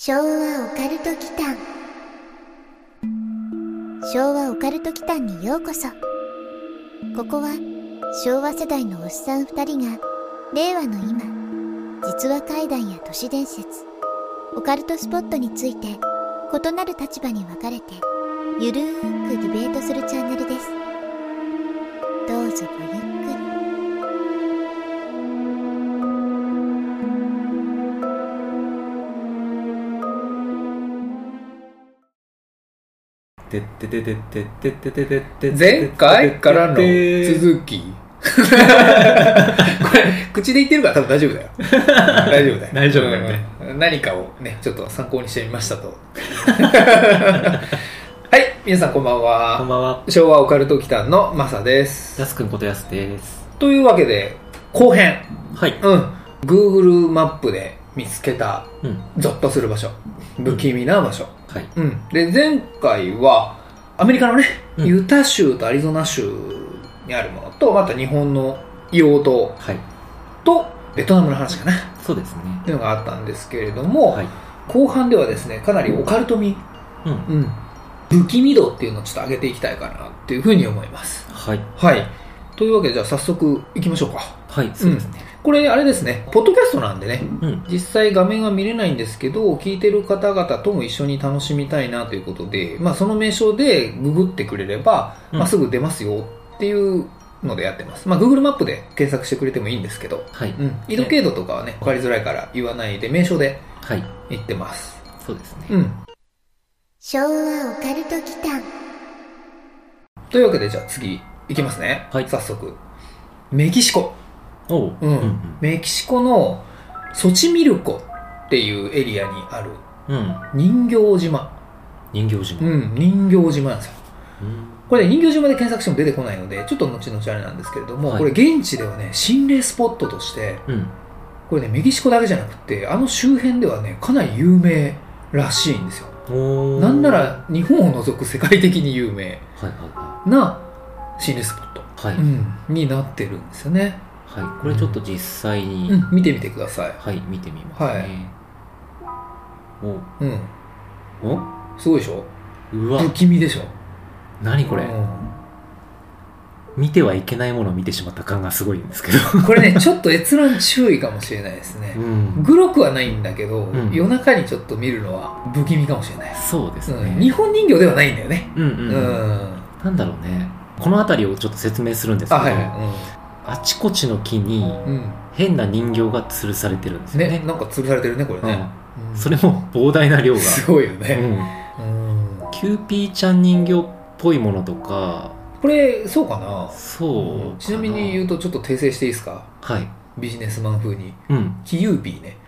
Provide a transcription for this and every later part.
昭和オカルト祈間。昭和オカルト祈間にようこそ。ここは昭和世代のおっさん2人が令和の今、実話怪談や都市伝説、オカルトスポットについて異なる立場に分かれてゆるーくディベートするチャンネルです。どうぞごゆっくり。 前回からの続きこれ口で言ってるから多分大丈夫だよ大丈夫だよ大丈夫だよね、 何かをねちょっと参考にしてみましたとはい皆さんこんばんは。 こんばんは。 昭和オカルト祈間のマサです。 やすくんことやすです。 というわけで後編、 はい、 Google マップで見つけた、ゾッとする場所、不気味な場所、 はい、 で前回はアメリカのね、ユタ州とアリゾナ州にあるものと、また日本の硫黄島とベトナムの話かな、 そうですねっていうのがあったんですけれども、後半ではですねかなりオカルト味、不気味度っていうのをちょっと上げていきたいかなっていうふうに思います。はい、というわけでじゃあ早速いきましょうか。 はい、そうですね。 これあれですね、ポッドキャストなんでね、実際画面は見れないんですけど、聞いてる方々とも一緒に楽しみたいなということで、その名称でググってくれれば、すぐ出ますよっていうのでやってます。Google マップで検索してくれてもいいんですけど、緯度経度とかはね分かりづらいから言わないで名称で言ってます。 そうですね。 昭和オカルト祈間。 というわけでじゃあ次いきますね。早速メキシコ。メキシコのソチミルコっていうエリアにある人形島。人形島なんですよ。これ、ね、人形島で検索しても出てこないのでちょっと後々あれなんですけれども、これ現地ではね心霊スポットとして、これねメキシコだけじゃなくてあの周辺ではねかなり有名らしいんですよ。なんなら日本を除く世界的に有名な心霊スポット、になってるんですよね。 これちょっと実際に、 見てみてください。 見てみますね。 すごいでしょ。 うわ、 不気味でしょ。 何これ、見てはいけないものを見てしまった感がすごいんですけどこれねちょっと閲覧注意かもしれないですね。グロくはないんだけど、夜中にちょっと見るのは不気味かもしれない。 そうですね、 日本人形ではないんだよね。 なんだろうね、この辺りをちょっと説明するんですけど、あちこちの木に変な人形が吊るされてるんですよね。 なんか吊るされてるねこれね。 それも膨大な量がすごいよね。 キューピーちゃん人形っぽいものとか、 これそうかな。 そうちなみに言うとちょっと訂正していいですか。ビジネスマン風に、キユーピーね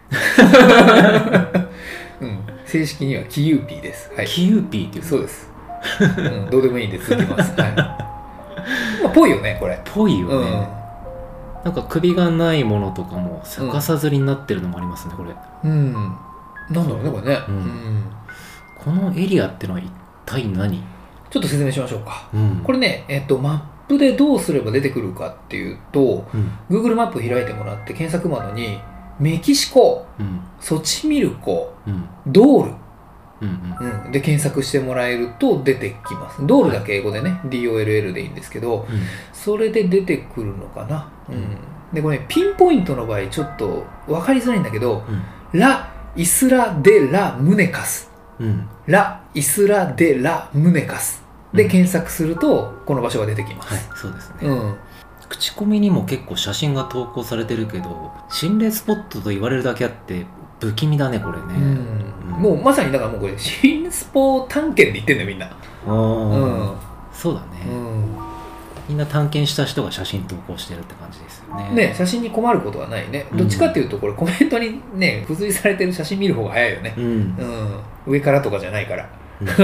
正式にはキユーピーです。 キユーピーっていう。 そうです。どうでもいいんで続きます。ぽいよねこれ。 ぽいよね。なんか首がないものとかも逆さずりになってるのもありますねこれ。 なんだろうねこれね。 このエリアってのは一体何？ ちょっと説明しましょうか。これねマップでどうすれば出てくるかっていうと、Google マップ開いてもらって検索窓にメキシコ、ソチミルコ、ドールで検索してもらえると出てきます。ドールだけ英語でね、DOLL でいいんですけど、それで出てくるのかな。でこれ、ね、ピンポイントの場合ちょっと分かりづらいんだけど、ラ・イスラ・デ・ラ・ムネカス、ラ・イスラ・デ・ラ・ムネカスで検索するとこの場所が出てきます。 そうですね。口コミにも結構写真が投稿されてるけど、心霊スポットと言われるだけあって不気味だねこれね。 もうまさにだからもうこれ心霊スポ探検で言ってんだよみんな。 そうだね。みんな探検した人が写真投稿してるって感じですよね。 写真に困ることはないね。どっちかっていうとこれコメントにね付随されてる写真見る方が早いよね。上からとかじゃないから。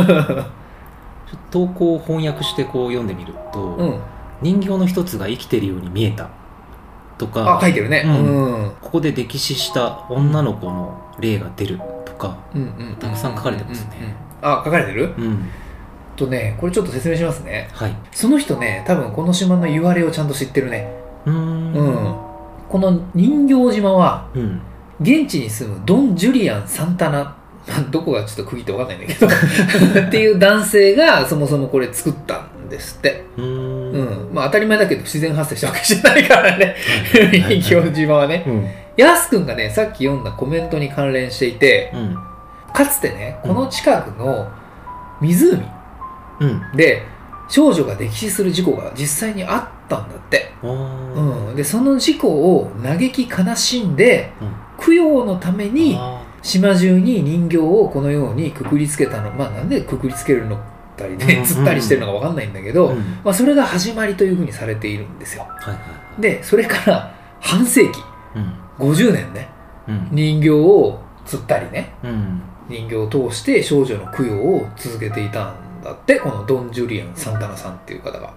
投稿を翻訳してこう読んでみると、人形の一つが生きてるように見えたとか、 書いてるね。 ここで溺死した女の子の霊が出るとか、たくさん書かれてますね。 書かれてる？とね、これちょっと説明しますね。その人ね、多分この島の言われをちゃんと知ってるね。この人形島は、現地に住むドン・ジュリアン・サンタナっどこがちょっと区切って分かんないんだけどっていう男性がそもそもこれ作ったんですって。まあ当たり前だけど自然発生したわけじゃないからね人形島はね、やすくんがねさっき読んだコメントに関連していて、かつてねこの近くの湖で少女が溺死する事故が実際にあったんだって。でその事故を嘆き悲しんで、供養のために島中に人形をこのようにくくりつけたの。まあなんでくくりつけるのたりで釣ったりしてるのか分かんないんだけど、まあ、それが始まりというふうにされているんですよ。でそれから半世紀、50年ね、人形を釣ったりね、人形を通して少女の供養を続けていたんだって、このドン・ジュリアン・サンタナさんっていう方が。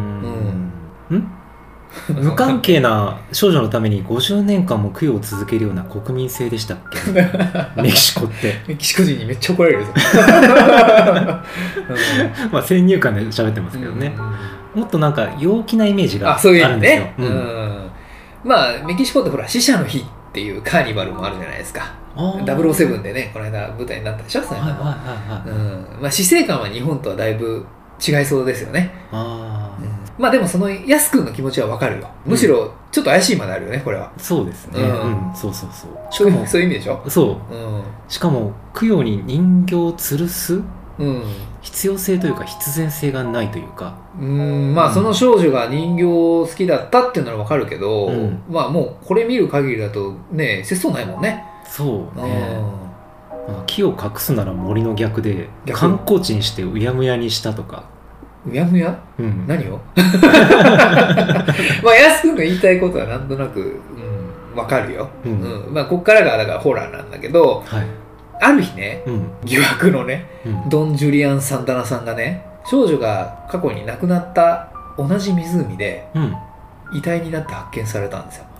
無関係な少女のために50年間も供養を続けるような国民性でしたっけメキシコって。 メキシコ人にめっちゃ怒られるぞまあ先入観で喋ってますけどね、もっとなんか陽気なイメージがあるんですよ。 まあメキシコってほら死者の日っていうカーニバルもあるじゃないですか。007でねこの間舞台になったでしょ。まあ死生観は日本とはだいぶ違いそうですよね。まあでもそのやすくんの気持ちはわかるよ。むしろちょっと怪しいまであるよねこれは。 そうですね、そうそういう意味でしょ。 そう、しかも供養に人形を吊るす必要性というか必然性がないというか、 まあその少女が人形好きだったっていうのはわかるけど、まあもうこれ見る限りだとね節操ないもんね。 そうね、木を隠すなら森の逆で観光地にしてうやむやにしたとか。 うやむや、何をまあやすくんが言いたいことはなんとなくわかるよ。まあこっからがだからホラーなんだけど、ある日ね、疑惑のね、ドン・ジュリアン・サンタナさんがね少女が過去に亡くなった同じ湖で、遺体になって発見されたんですよ。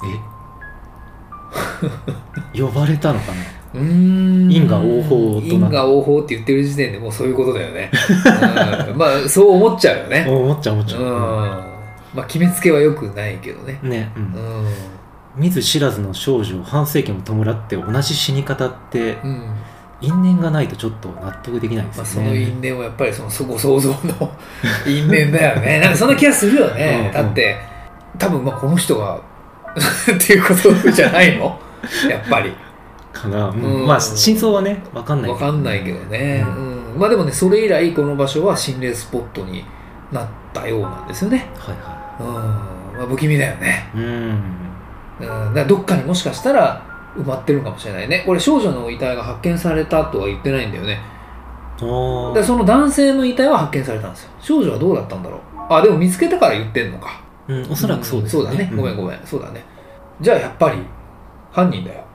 呼ばれたのかな。因果応報と因果応報って言ってる時点でもうそういうことだよねまあそう思っちゃうよね。 思っちゃうまあ決めつけはよくないけどね。 見ず知らずの少女を半世紀も弔って同じ死に方って、因縁がないとちょっと納得できないですね。 その因縁はやっぱりそのご想像の因縁だよね。なんかそんな気がするよね。だって多分まあこの人がっていうことじゃないのやっぱりかな。まあ真相はね分かんないけどね。まあでもねそれ以来この場所は心霊スポットになったようなんですよね。まあ不気味だよね。だからどっかにもしかしたら埋まってるかもしれないね。これ少女の遺体が発見されたとは言ってないんだよね。でその男性の遺体は発見されたんですよ。少女はどうだったんだろう。でも見つけたから言ってんのか。 おそらくそうですね。 そうだね。ごめんそうだね。じゃあやっぱり犯人だよ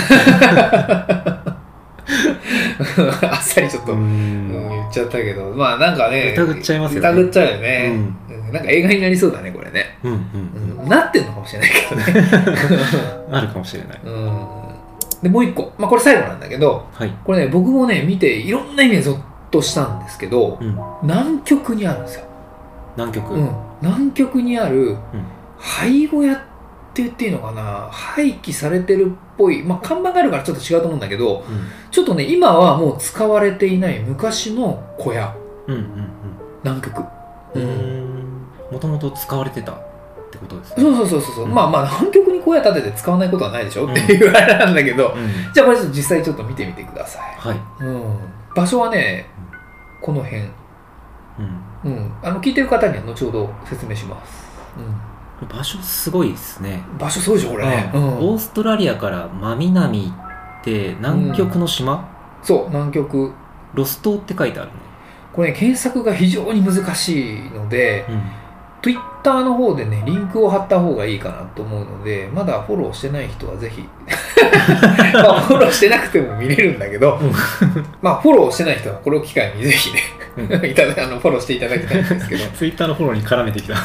あっさりちょっと、言っちゃったけど、まあなんかね疑っちゃいますよね。 疑っちゃうよね。なんか映画になりそうだねこれね。なってんのかもしれないけどねあるかもしれない。 でもう一個、まあこれ最後なんだけど、これね僕もね見ていろんな意味でゾッとしたんですけど、南極にあるんですよ。南極にある廃小屋って言っていいのかな、廃棄されてるっぽい、まあ看板があるからちょっと違うと思うんだけど、ちょっとね今はもう使われていない昔の小屋、南極。 もともと使われてたってことですね。 そう、まあ南極に小屋建てて使わないことはないでしょっていうあれなんだけど、じゃあこれ実際ちょっと見てみてください。場所はねこの辺、聞いてる方には後ほど説明します。 場所すごいですね。 場所すごいでしょこれね。 オーストラリアから真南行って南極の島、 そう南極ロス島って書いてあるね。 これね検索が非常に難しいので、Twitter の方でねリンクを貼った方がいいかなと思うので、まだフォローしてない人はぜひまあフォローしてなくても見れるんだけどまあフォローしてない人はこれを機会にぜひねフォローしていただきたいんですけど Twitter のフォローに絡めてきた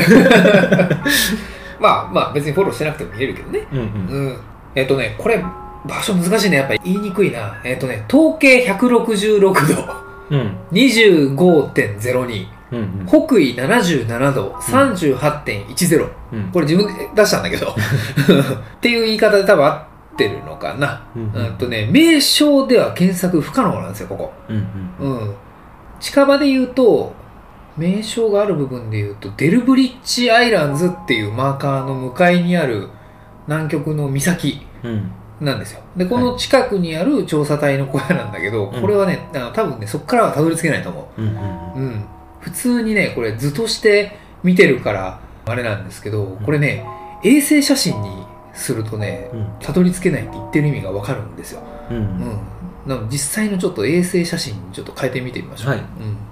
まあ別にフォローしてなくても見れるけどね。これ場所難しいね。やっぱり言いにくいな。統計166度、25.02、北緯77度、38.10、これ自分で出したんだけどっていう言い方で多分ってるのかな、名称では検索不可能なんですよここ、近場で言うと名称がある部分で言うとデルブリッジアイランズっていうマーカーの向かいにある南極の岬なんですよ。でこの近くにある調査隊の小屋なんだけど、これはね多分ねそこからはたどり着けないと思う、普通にねこれ図として見てるからあれなんですけど、これね衛星写真にするとねたどり着けないって言ってる意味が分かるんですよ。なので実際のちょっと衛星写真にちょっと変えてみてみましょう。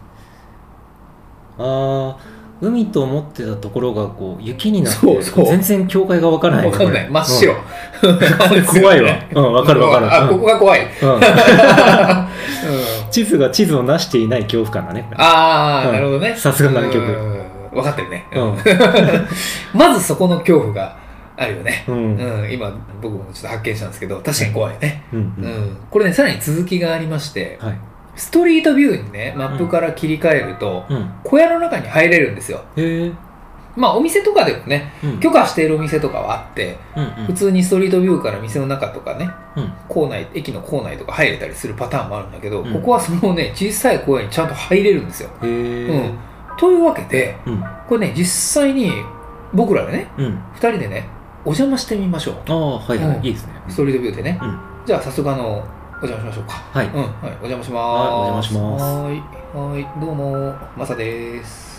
海と思ってたところがこう雪になって全然境界が分からない。 分かんない、真っ白、 怖いわ。分かる分かる。 ここが怖い。 地図をなしていない恐怖感だね。 なるほどね。 さすが南極。 分かってるね。まずそこの恐怖があるよね。今僕もちょっと発見したんですけど、確かに怖いね。これねさらに続きがありまして、ストリートビューにねマップから切り替えると、小屋の中に入れるんですよ。まあお店とかでもね、許可しているお店とかはあって、普通にストリートビューから店の中とかね、構内駅の構内とか入れたりするパターンもあるんだけど、ここはそのね小さい小屋にちゃんと入れるんですよ。というわけで、これね実際に僕らでね、2人でねお邪魔してみましょう。 いいですね。 ストリートビューでね、じゃあ早速お邪魔しましょうか。お邪魔します。はい、どうもマサです。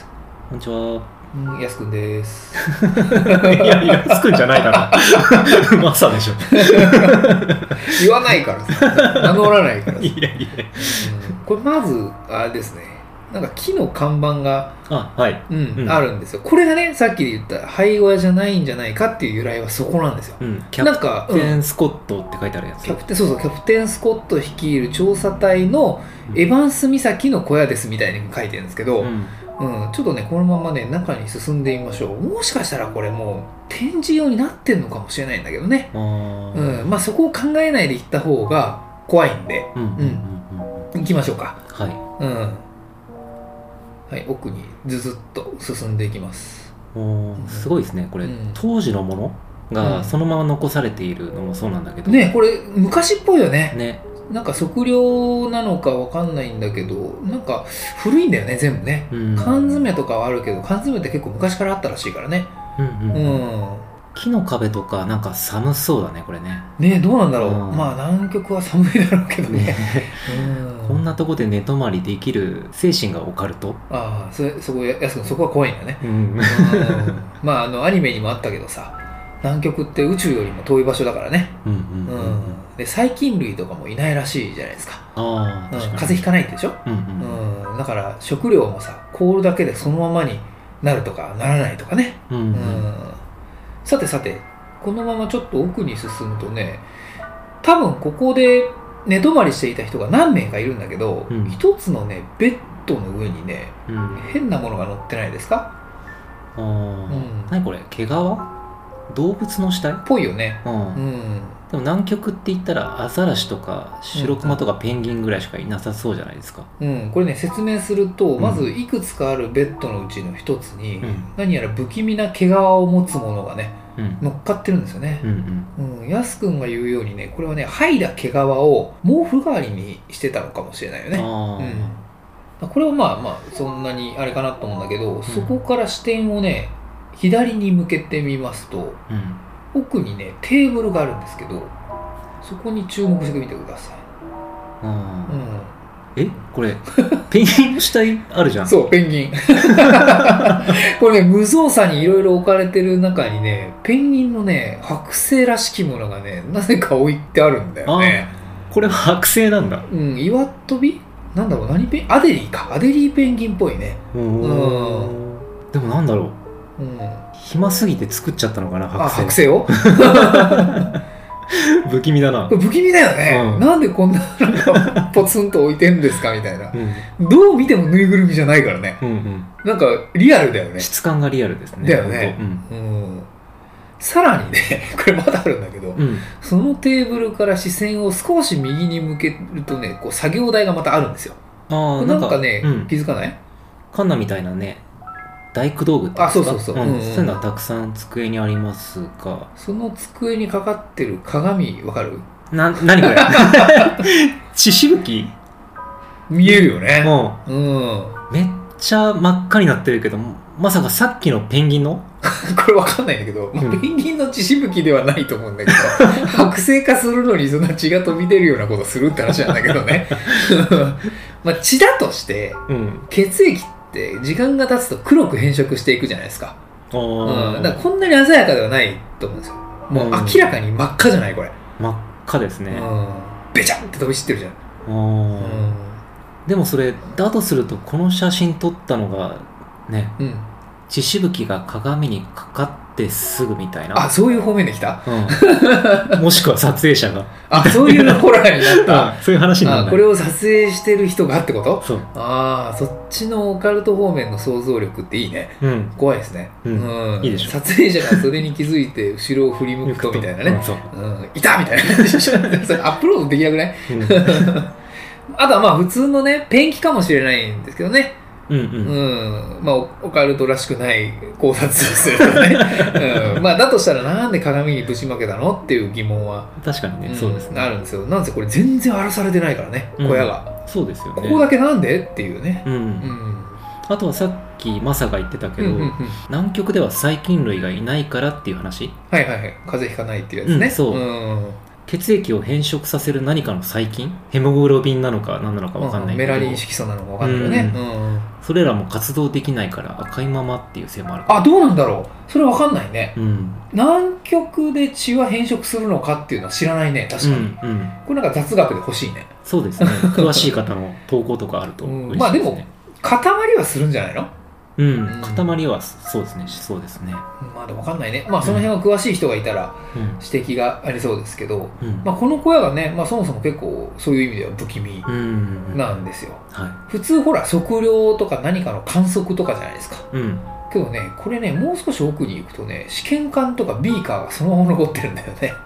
こんにちは。 やすくんです。 いややすくんじゃないだろ。マサでしょ。 言わないからさ、名乗らないからさ。これまずあれですね。なんか木の看板があるんですよ。これがねさっきで言った灰小屋じゃないんじゃないかっていう由来はそこなんですよ。 キャプテンスコットって書いてあるやつ。 キャプテンスコット率いる調査隊のエヴァンス岬の小屋ですみたいに書いてるんですけど、ちょっとねこのままね中に進んでみましょう。もしかしたらこれもう展示用になってんのかもしれないんだけどね。まあそこを考えないで行った方が怖いんで、行きましょうか。はい、奥にずっと進んでいきます。 すごいですねこれ、当時のものがそのまま残されているのもそうなんだけどね、これ昔っぽいよね。なんか測量なのかわかんないんだけどなんか古いんだよね全部ね。缶詰とかはあるけど缶詰って結構昔からあったらしいからね。 木の壁とかなんか寒そうだねこれね。 どうなんだろう。まあ南極は寒いだろうけどね。 こんなとこで寝泊まりできる精神がオカルト。 そこは怖いんだね。まあアニメにもあったけどさ、南極って宇宙よりも遠い場所だからね。で細菌類とかもいないらしいじゃないですか。風邪ひかないでしょ。だから食料もさ凍るだけでそのままになるとかならないとかね。さてこのままちょっと奥に進むとね、多分ここで寝泊まりしていた人が何名かいるんだけど、一つのねベッドの上にね、変なものが乗ってないですか？ 何これ？毛皮？動物の死体？ ぽいよね。 でも南極って言ったらアザラシとかシロクマとかペンギンぐらいしかいなさそうじゃないですか。 これね説明すると、まずいくつかあるベッドのうちの一つに、何やら不気味な毛皮を持つものがね、乗っかってるんですよね。やすくんが言うようにね、これはね剥いだ毛皮を毛布代わりにしてたのかもしれないよね。これはまあそんなにあれかなと思うんだけど、そこから視点をね左に向けてみますと、奥にねテーブルがあるんですけど、そこに注目してみてください。 これペンギンの死体あるじゃん。 そうペンギン。これね無造作にいろいろ置かれてる中にね、ペンギンのね剥製らしきものがねなぜか置いてあるんだよね。 これは剥製なんだ。 岩飛びなんだろう、アデリーペンギンっぽいね。でもなんだろう、暇すぎて作っちゃったのかな、 剥製を。 不気味だな。 不気味だよね。なんでこんななんかポツンと置いてんですかみたいな。どう見てもぬいぐるみじゃないからね。なんかリアルだよね。 質感がリアルですね。 だよね。さらにね、これまだあるんだけど、そのテーブルから視線を少し右に向けるとね、こう作業台がまたあるんですよ。なんかね、気づかない？ カンナみたいなね、 大工道具っていうんですか？ そうそういうのはたくさん机にありますが、 その机にかかってる鏡わかる？ 何これ血しぶき見えるよね。 めっちゃ真っ赤になってるけど、まさかさっきのペンギンのこれわかんないんだけど、ペンギンの血しぶきではないと思うんだけど剥製化するのにそんな血が飛び出るようなことするって話なんだけどね血だとして、血液って時間が経つと黒く変色していくじゃないですか。だからこんなに鮮やかではないと思うんですよ。もう明らかに真っ赤じゃないこれ。 真っ赤ですね。 べちゃって飛び散ってるじゃん。 でもそれだとすると、この写真撮ったのがね、血しぶきが鏡にかかってすぐみたいな。 そういう方面で来た、 もしくは撮影者がそういうホラーになったそういう話になる。 これを撮影してる人がってこと？ そう。 そっちのオカルト方面の想像力っていいね。怖いですね。 いいでしょ。 撮影者がそれに気づいて後ろを振り向くとみたいなね。いたみたいな感じでしょ。それアップロードできなくない？あとは普通のねペンキかもしれないんですけどね。オカルトらしくない考察ですよね。だとしたらなんで鏡にぶちまけたのっていう疑問は確かにね、そうですね、 あるんですよ。なんせこれ全然荒らされてないからね、小屋が。 そうですよね。 ここだけなんでっていうね。 あとはさっきマサが言ってたけど、南極では細菌類がいないからっていう話。 風邪ひかないっていうやつね。 そう血液を変色させる何かの細菌、ヘモグロビンなのか何なのか分かんないけど、 メラニン色素なのか分かんないよね。 それらも活動できないから赤いままっていう説もある。 どうなんだろう、それ分かんないね。南極で血は変色するのかっていうのは知らないね、確かに。これなんか雑学で欲しいね。 そうですね。詳しい方の投稿とかあると嬉しいですね。 でも塊はするんじゃないの？ 塊はそうですね。 でも分かんないね。その辺は詳しい人がいたら指摘がありそうですけど、この小屋がね、そもそも結構そういう意味では不気味なんですよ。普通ほら測量とか何かの観測とかじゃないですか。けどね、これね、もう少し奥に行くとね、試験管とかビーカーがそのまま残ってるんだよね。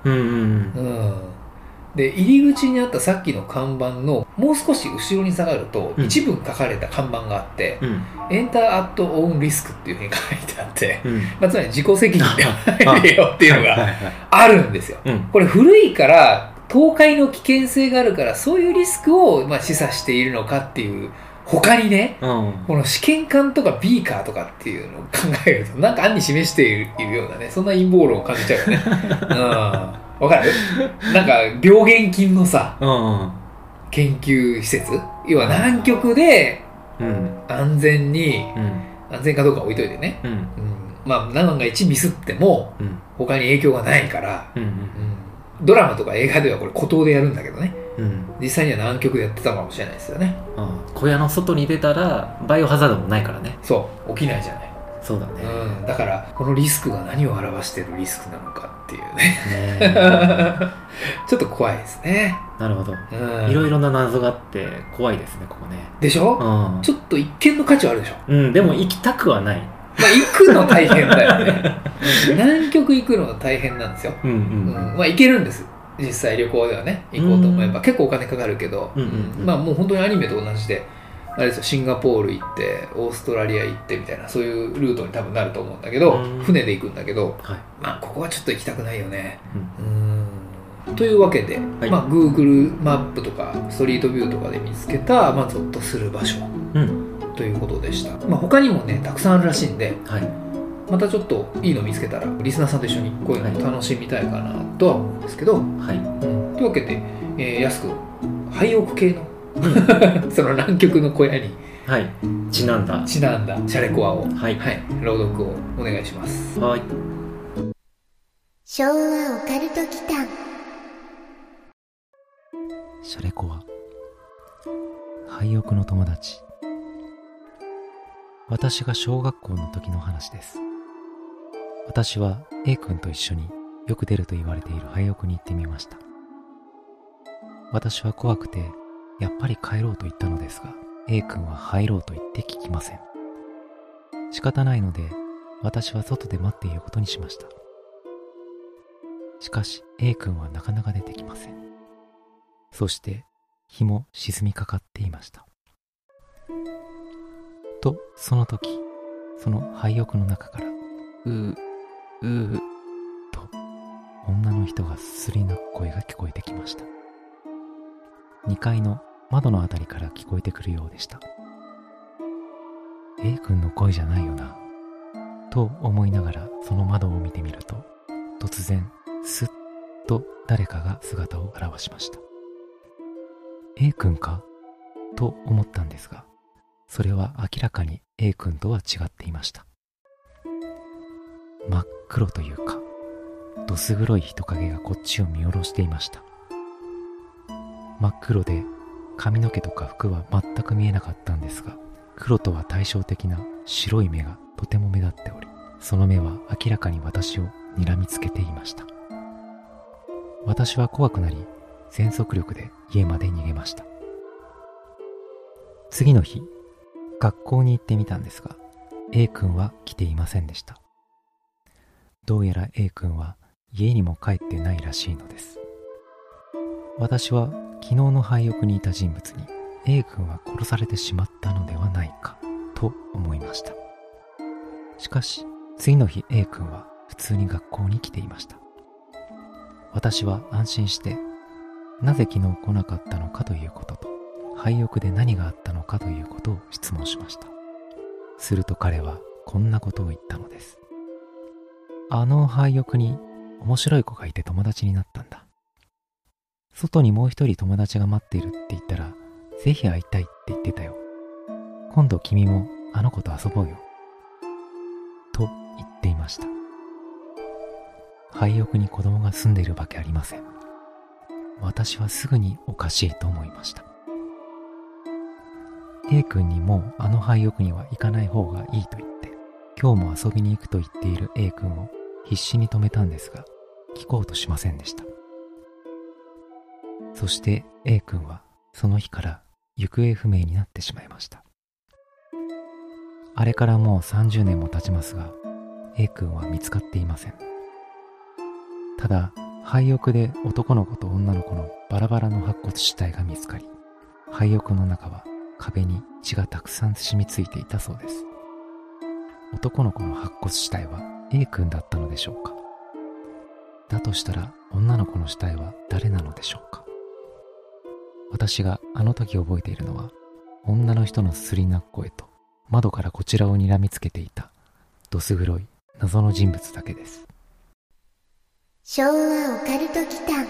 で、入り口にあったさっきの看板のもう少し後ろに下がると、一部書かれた看板があって、エンターアットオーンリスクっていうふうに書いてあって、つまり自己責任で入れよっていうのがあるんですよ。これ古いから倒壊の危険性があるから、そういうリスクを示唆しているのかっていう他にね、この試験管とかビーカーとかっていうのを考えると、なんか暗に示しているようなね、そんな陰謀論を感じちゃうよね。わかる？なんか病原菌のさ、研究施設、要は南極で安全に、安全かどうか置いといてね、万が一ミスっても他に影響がないから、ドラマとか映画ではこれ孤島でやるんだけどね、実際には南極でやってたかもしれないですよね。 小屋の外に出たらバイオハザードもないからね。 そう起きないじゃない。 そうだね、 だからこのリスクが何を表してるリスクなのかっていうねちょっと怖いですね。 なるほど、いろいろな謎があって怖いですね、ここね。 でしょ、ちょっと一見の価値はあるでしょ。 でも行きたくはない。 行くの大変だよね南極行くの大変なんですよ。行けるんです、実際旅行ではね、行こうと思えば結構お金かかるけど、もう本当にアニメと同じであれですよ、シンガポール行ってオーストラリア行ってみたいな、そういうルートに多分なると思うんだけど、船で行くんだけど、ここはちょっと行きたくないよね。というわけで、Google マップとかストリートビューとかで見つけた、ゾッとする場所、ということでした。他にもねたくさんあるらしいんで、またちょっといいの見つけたらリスナーさんと一緒にこういうの楽しみたいかなとは思うんですけど、というわけで、安く廃屋系のその南極の小屋にちなんだシャレコアを、朗読をお願いします。 昭和オカルト祈間。 シャレコア、廃屋の友達。私が小学校の時の話です。私は A 君と一緒によく出ると言われている廃屋に行ってみました。私は怖くてやっぱり帰ろうと言ったのですが、 A 君は入ろうと言って聞きません。仕方ないので私は外で待っていることにしました。しかし A 君はなかなか出てきません。そして日も沈みかかっていました。とその時、 その廃屋の中からと女の人がすすり泣く声が聞こえてきました。2階の窓のあたりから聞こえてくるようでした。A 君の声じゃないよなと思いながらその窓を見てみると、突然スッと誰かが姿を現しました。A 君かと思ったんですが、それは明らかに A 君とは違っていました。真っ黒というか、どす黒い人影がこっちを見下ろしていました。真っ黒で髪の毛とか服は全く見えなかったんですが、黒とは対照的な白い目がとても目立っており、その目は明らかに私を睨みつけていました。私は怖くなり、全速力で家まで逃げました。次の日、学校に行ってみたんですが、A 君は来ていませんでした。どうやら A 君は家にも帰ってないらしいのです。私は昨日の廃屋にいた人物に A 君は殺されてしまったのではないかと思いました。しかし次の日 A 君は普通に学校に来ていました。私は安心して、なぜ昨日来なかったのかということと、廃屋で何があったのかということを質問しました。すると彼はこんなことを言ったのです。あの廃屋に面白い子がいて友達になったんだ。外にもう一人友達が待っているって言ったら、ぜひ会いたいって言ってたよ。今度君もあの子と遊ぼうよ。と言っていました。廃屋に子供が住んでいるわけありません。私はすぐにおかしいと思いました。A 君にもうあの廃屋には行かない方がいいと言って、今日も遊びに行くと言っている A 君を必死に止めたんですが、聞こうとしませんでした。そして A 君はその日から行方不明になってしまいました。あれからもう30年も経ちますが、A 君は見つかっていません。ただ、廃屋で男の子と女の子のバラバラの白骨死体が見つかり、廃屋の中は壁に血がたくさん染みついていたそうです。男の子の白骨死体は A 君だったのでしょうか。だとしたら女の子の死体は誰なのでしょうか。私があの時覚えているのは、女の人のすすり泣く声と窓からこちらを睨みつけていたどす黒い謎の人物だけです。 昭和オカルト祈間。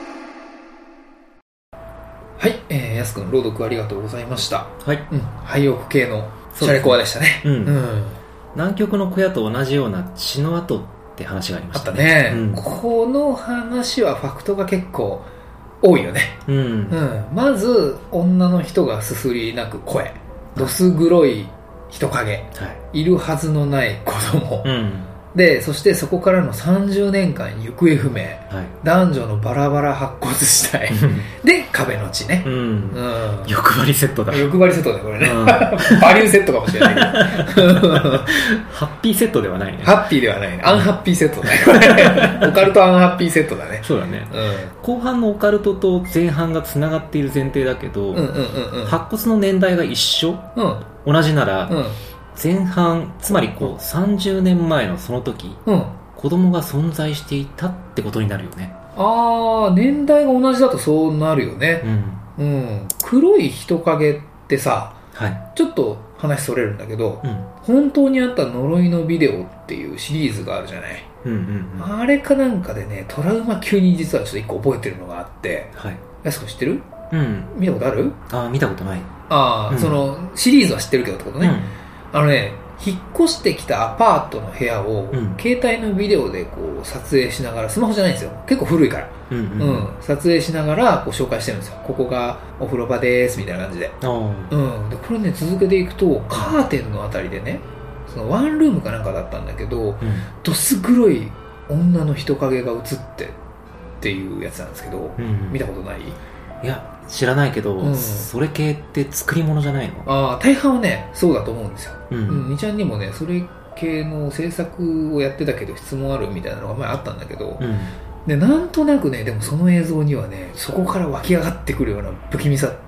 はい、やすくん朗読ありがとうございました。 はい、 廃屋系のシャレコアでしたね。 南極の小屋と同じような血の跡って話がありましたね。 あったね、この話はファクトが結構多いよね。まず女の人がすすり泣く声、どす黒い人影、いるはずのない子供、でそしてそこからの30年間行方不明、男女のバラバラ白骨死体で壁の血ね。 欲張りセットだ。 欲張りセットだこれね。バリューセットかもしれないけどハッピーセットではないね。 ハッピーではないね。アンハッピーセットだね。オカルトアンハッピーセットだね。 そうだね。後半のオカルトと前半がつながっている前提だけど、白骨の年代が一緒、同じなら、前半、つまりこう30年前のその時、子供が存在していたってことになるよね。 ああ、年代が同じだとそうなるよね。黒い人影ってさ、ちょっと話それるんだけど、本当にあった呪いのビデオっていうシリーズがあるじゃない。あれかなんかでね、トラウマ級に実はちょっと一個覚えてるのがあって、やすこ知ってる？見たことある？ 見たことない。 そのシリーズは知ってるけどってことね。引っ越してきたアパートの部屋を、携帯のビデオでこう撮影しながら、スマホじゃないんですよ、結構古いから、撮影しながらこう紹介してるんですよ。ここがお風呂場ですみたいな感じで。でこれね、続けていくとカーテンのあたりでね、そのワンルームかなんかだったんだけど、どす黒い女の人影が映っていうやつなんですけど、見たことない？ いや知らないけど、それ系って作り物じゃないの？ 大半はねそうだと思うんですよ。2ちゃんにもねそれ系の制作をやってたけど質問あるみたいなのが前あったんだけど、でなんとなくね、でもその映像にはね、そこから湧き上がってくるような不気味さ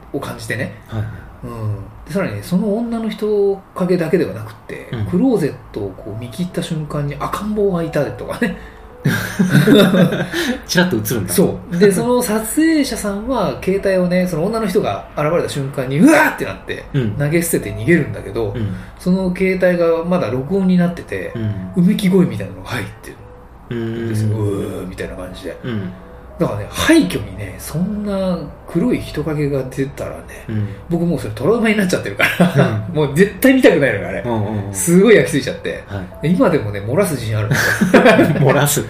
を感じてね、でさらにね、その女の人影だけではなくて、クローゼットをこう見切った瞬間に赤ん坊がいたとかねチラッと映るんだ。 そうで、その撮影者さんは携帯をね、その女の人が現れた瞬間にうわーってなって投げ捨てて逃げるんだけど、その携帯がまだ録音になってて、うめき声みたいなのが入ってるんですよ。うーみたいな感じで、だからね、廃墟にね、そんな黒い人影が出たらね、僕もうそれトラウマになっちゃってるから、もう絶対見たくないのよ、あれ。すごい焼き付いちゃって、今でもね、漏らす自信あるんですよ。 漏らす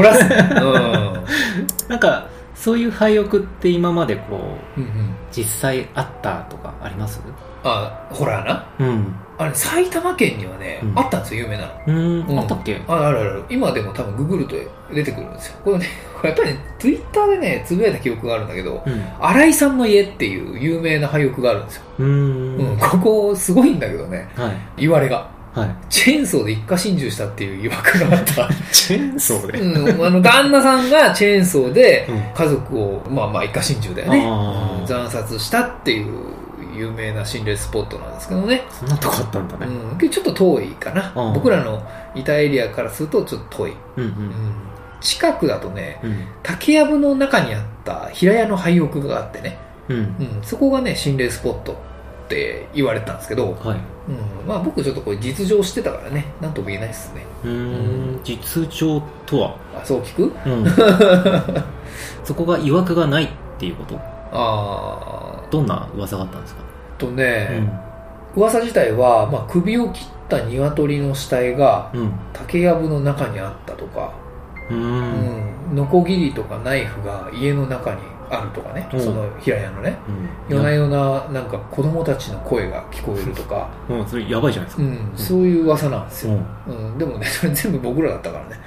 なんかそういう廃屋って今までこう、実際あったとかあります？ ホラーな、あれ埼玉県にはね、あったんですよ、有名なの。あったっけ？ ある。今でも多分ググると出てくるんですよ。これね、やっぱりね、ツイッターでね、つぶやいた記憶があるんだけど、新井さんの家っていう有名な廃屋があるんですよ。ここすごいんだけどね、言われが。チェーンソーで一家心中したっていう疑惑があった。 チェーンソーで、 旦那さんがチェーンソーで家族を、一家心中だよね、惨殺したっていう有名な心霊スポットなんですけどね。 そんなとこあったんだね。 ちょっと遠いかな。僕らのいたエリアからするとちょっと遠い。近くだとね、竹やぶの中にあった平屋の廃屋があってね、そこがね、心霊スポットって言われてたんですけど、僕ちょっとこれ実情してたからね、なんとも言えないですね。 実情とは？ そう聞く？ そこが曰くがないっていうこと？どんな噂があったんですか？ 噂自体は、首を切った鶏の死体が竹やぶの中にあったとか、ノコギリとかナイフが家の中にあるとかね、その平屋のね、夜な夜ななんか子供たちの声が聞こえるとか、 それやばいじゃないですか。 そういう噂なんですよ。でもね、それ全部僕らだったからね。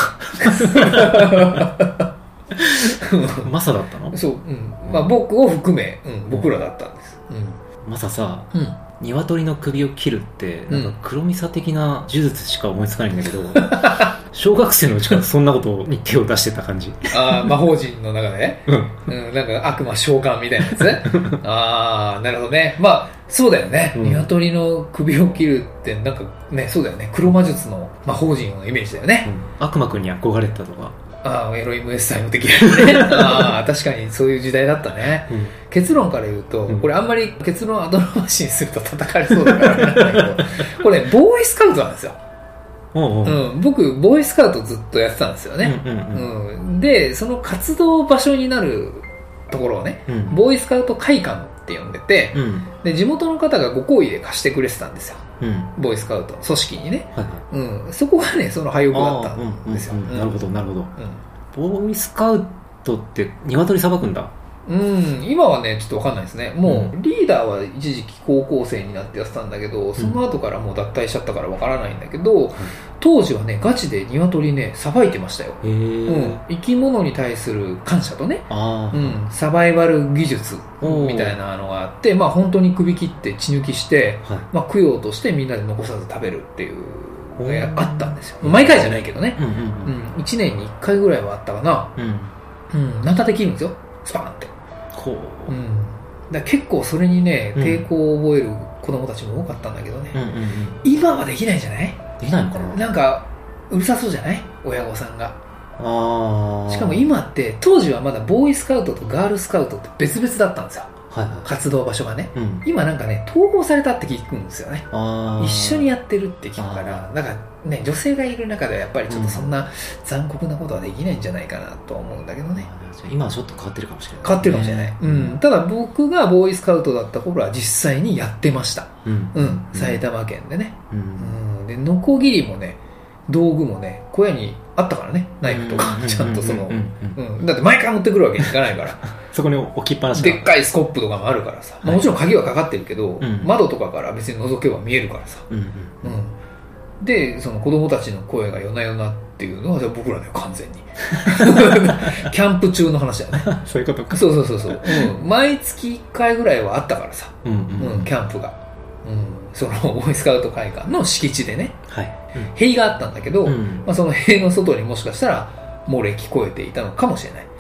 マサだったの？ そう、僕を含め、僕らだったんです。 マサさ、鶏の首を切るってなんか黒ミサ的な呪術しか思いつかないんだけど、小学生のうちからそんなことに手を出してた感じ。 魔法陣の中で、なんか悪魔召喚みたいなやつ。なるほどね。そうだよね。鶏の首を切るってなんかね、そうだよね。黒魔術の魔法陣のイメージだよね。 悪魔くんに憧れてたとか。 エロイムエッサイム的なね。確かにそういう時代だったね。結論から言うと、これあんまり結論後回しにすると叩かれそうだからなんだけど、これボーイスカウトなんですよ。僕ボーイスカウトずっとやってたんですよね。でその活動場所になるところをね、ボーイスカウト会館って呼んでて、で地元の方がご好意で貸してくれてたんですよ。ボーイスカウト組織にね、そこがね、その廃屋だったんですよ。 なるほどなるほど。ボーイスカウトって鶏さばくんだ。 今はねちょっと分かんないですね。もうリーダーは一時期高校生になってやってたんだけど、その後からもう脱退しちゃったから分からないんだけど、当時はねガチで鶏ねさばいてましたよ。生き物に対する感謝とね、サバイバル技術みたいなのがあって、本当に首切って血抜きして、供養としてみんなで残さず食べるっていうのがあったんですよ。毎回じゃないけどね、1年に1回ぐらいはあったかな。ナタで切るんですよ、スパーンって。だ結構それにね抵抗を覚える子供たちも多かったんだけどね、今はできないんじゃない？ できないのかな。 なんかうるさそうじゃない？親御さんが。しかも今って当時はまだボーイスカウトとガールスカウトって別々だったんですよ、活動場所がね。今なんかね統合されたって聞くんですよね。一緒にやってるって聞くから、なんかね女性がいる中ではやっぱりちょっとそんな残酷なことはできないんじゃないかなと思うんだけどね。 今はちょっと変わってるかもしれない。 変わってるかもしれない。ただ僕がボーイスカウトだった頃は実際にやってました。埼玉県でね。でノコギリもね道具もね小屋にあったからね、ナイフとかちゃんとその、だって毎回持ってくるわけにいかないからそこに置きっぱなしでっかいスコップとかもあるからさ、もちろん鍵はかかってるけど、窓とかから別に覗けば見えるからさ、でその子供たちの声が夜な夜なっていうのは僕らだよ完全にキャンプ中の話だよねそういうことか。 そう、毎月1回ぐらいはあったからさ、キャンプが、そのボーイスカウト会館の敷地でね、塀があったんだけど、その塀の外にもしかしたら漏れ聞こえていたのかもしれない。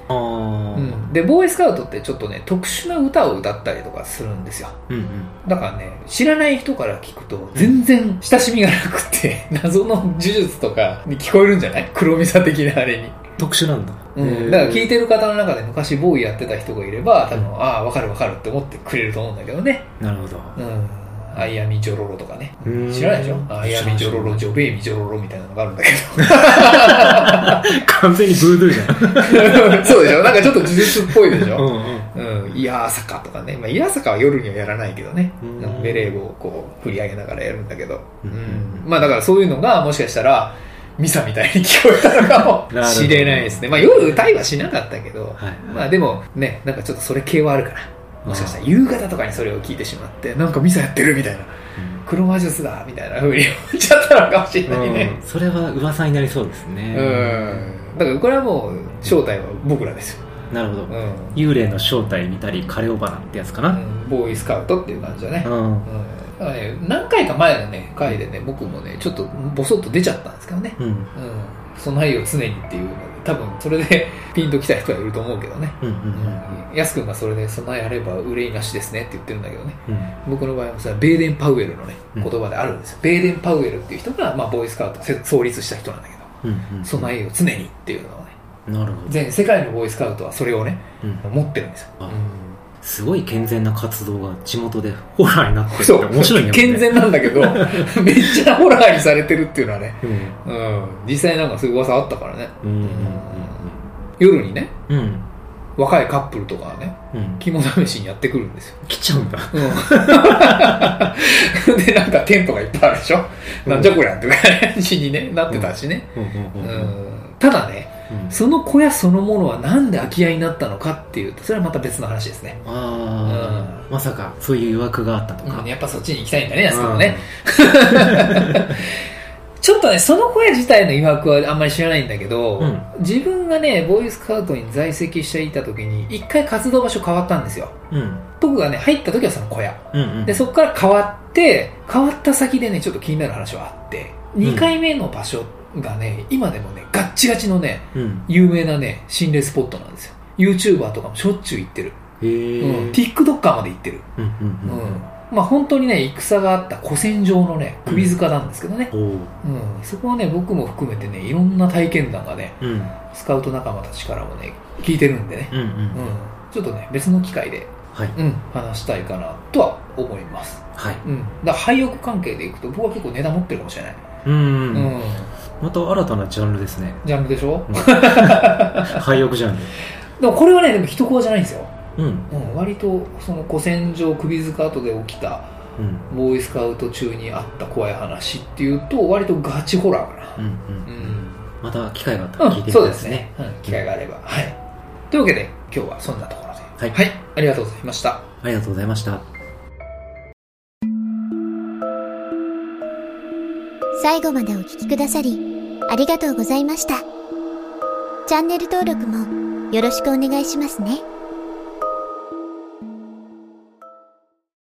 でボーイスカウトってちょっとね特殊な歌を歌ったりとかするんですよ、だからね知らない人から聞くと全然親しみがなくて謎の呪術とかに聞こえるんじゃない？黒ミサ的なあれに特殊なんだ、 だから聞いてる方の中で昔ボーイやってた人がいれば多分、ああ分かる分かるって思ってくれると思うんだけどね。 なるほど。 アイアミジョロロとかね、知らないでしょ？アイアミジョロロジョベイミジョロロみたいなのがあるんだけど完全にブードゥーじゃんそうでしょ？なんかちょっと呪術っぽいでしょ？イヤーサカとかね、イヤーサカは夜にはやらないけどね、ベレー帽をこう振り上げながらやるんだけど、だからそういうのがもしかしたらミサみたいに聞こえたのかもしれないですね。夜歌いはしなかったけど、でもね、なんかちょっとそれ系はあるから、もしかしたら夕方とかにそれを聞いてしまってなんかミサやってるみたいな、黒魔術だみたいな風に思っちゃったのかもしれないね、 それは噂になりそうですね。 だからこれはもう正体は僕らですよ。 なるほど、幽霊の正体見たりカレオバナってやつかな、 ボーイスカウトっていう感じだね。だからね、何回か前のね回でね僕もねちょっとボソッと出ちゃったんですけどね、備えよ常にっていうので多分それでピンときた人はいると思うけどね。やすくんがそれで備えあれば憂いなしですねって言ってるんだけどね、僕の場合はそれはベーデン・パウエルのね言葉であるんですよ。ベーデン・パウエルっていう人が、ボーイスカウト創立した人なんだけど、備えよ常にっていうのをね、 なるほど、 全世界のボーイスカウトはそれをね、持ってるんですよ。 すごい健全な活動が地元でホラーになってるって面白いね。 健全なんだけどめっちゃホラーにされてるっていうのはね、実際なんかそういう噂あったからね。夜にね、若いカップルとかはね、肝試しにやってくるんですよ。 来ちゃうんだ。 でなんかテントがいっぱいあるでしょ、なんじゃこりゃって感じに、ね、なってたしね。ただね、その小屋そのものはなんで空き家になったのかっていうとそれはまた別の話ですね。 まさかそういう誘惑があったとか、 やっぱそっちに行きたいんだね、やすくんもねちょっとねその小屋自体の誘惑はあんまり知らないんだけど、自分がねボーイスカウトに在籍していた時に一回活動場所変わったんですよ。僕がね入った時はその小屋、でそこから変わった先でねちょっと気になる話はあって、2回目の場所がね今でもねガッチガチのね、有名なね心霊スポットなんですよ。 YouTuber とかもしょっちゅう行ってる、TikToker まで行ってる。本当にね戦があった古戦場のね首塚なんですけどね、そこはね僕も含めてねいろんな体験談がね、スカウト仲間たちからもね聞いてるんでね、ちょっとね別の機会で、話したいかなとは思います。だから廃屋関係でいくと僕は結構値段持ってるかもしれない。 また新たなジャンルですね。 ジャンルでしょ、 廃屋ジャンル。 でもこれはねでも一コアじゃないんですよ。割とその古戦場首塚跡で起きた、ボーイスカウト中にあった怖い話っていうと割とガチホラーかな。 また機会があったら聞いてみたいですね。 機会があれば。というわけで今日はそんなところで、ありがとうございました。 ありがとうございました。 最後までお聞きくださりありがとうございました。チャンネル登録もよろしくお願いしますね。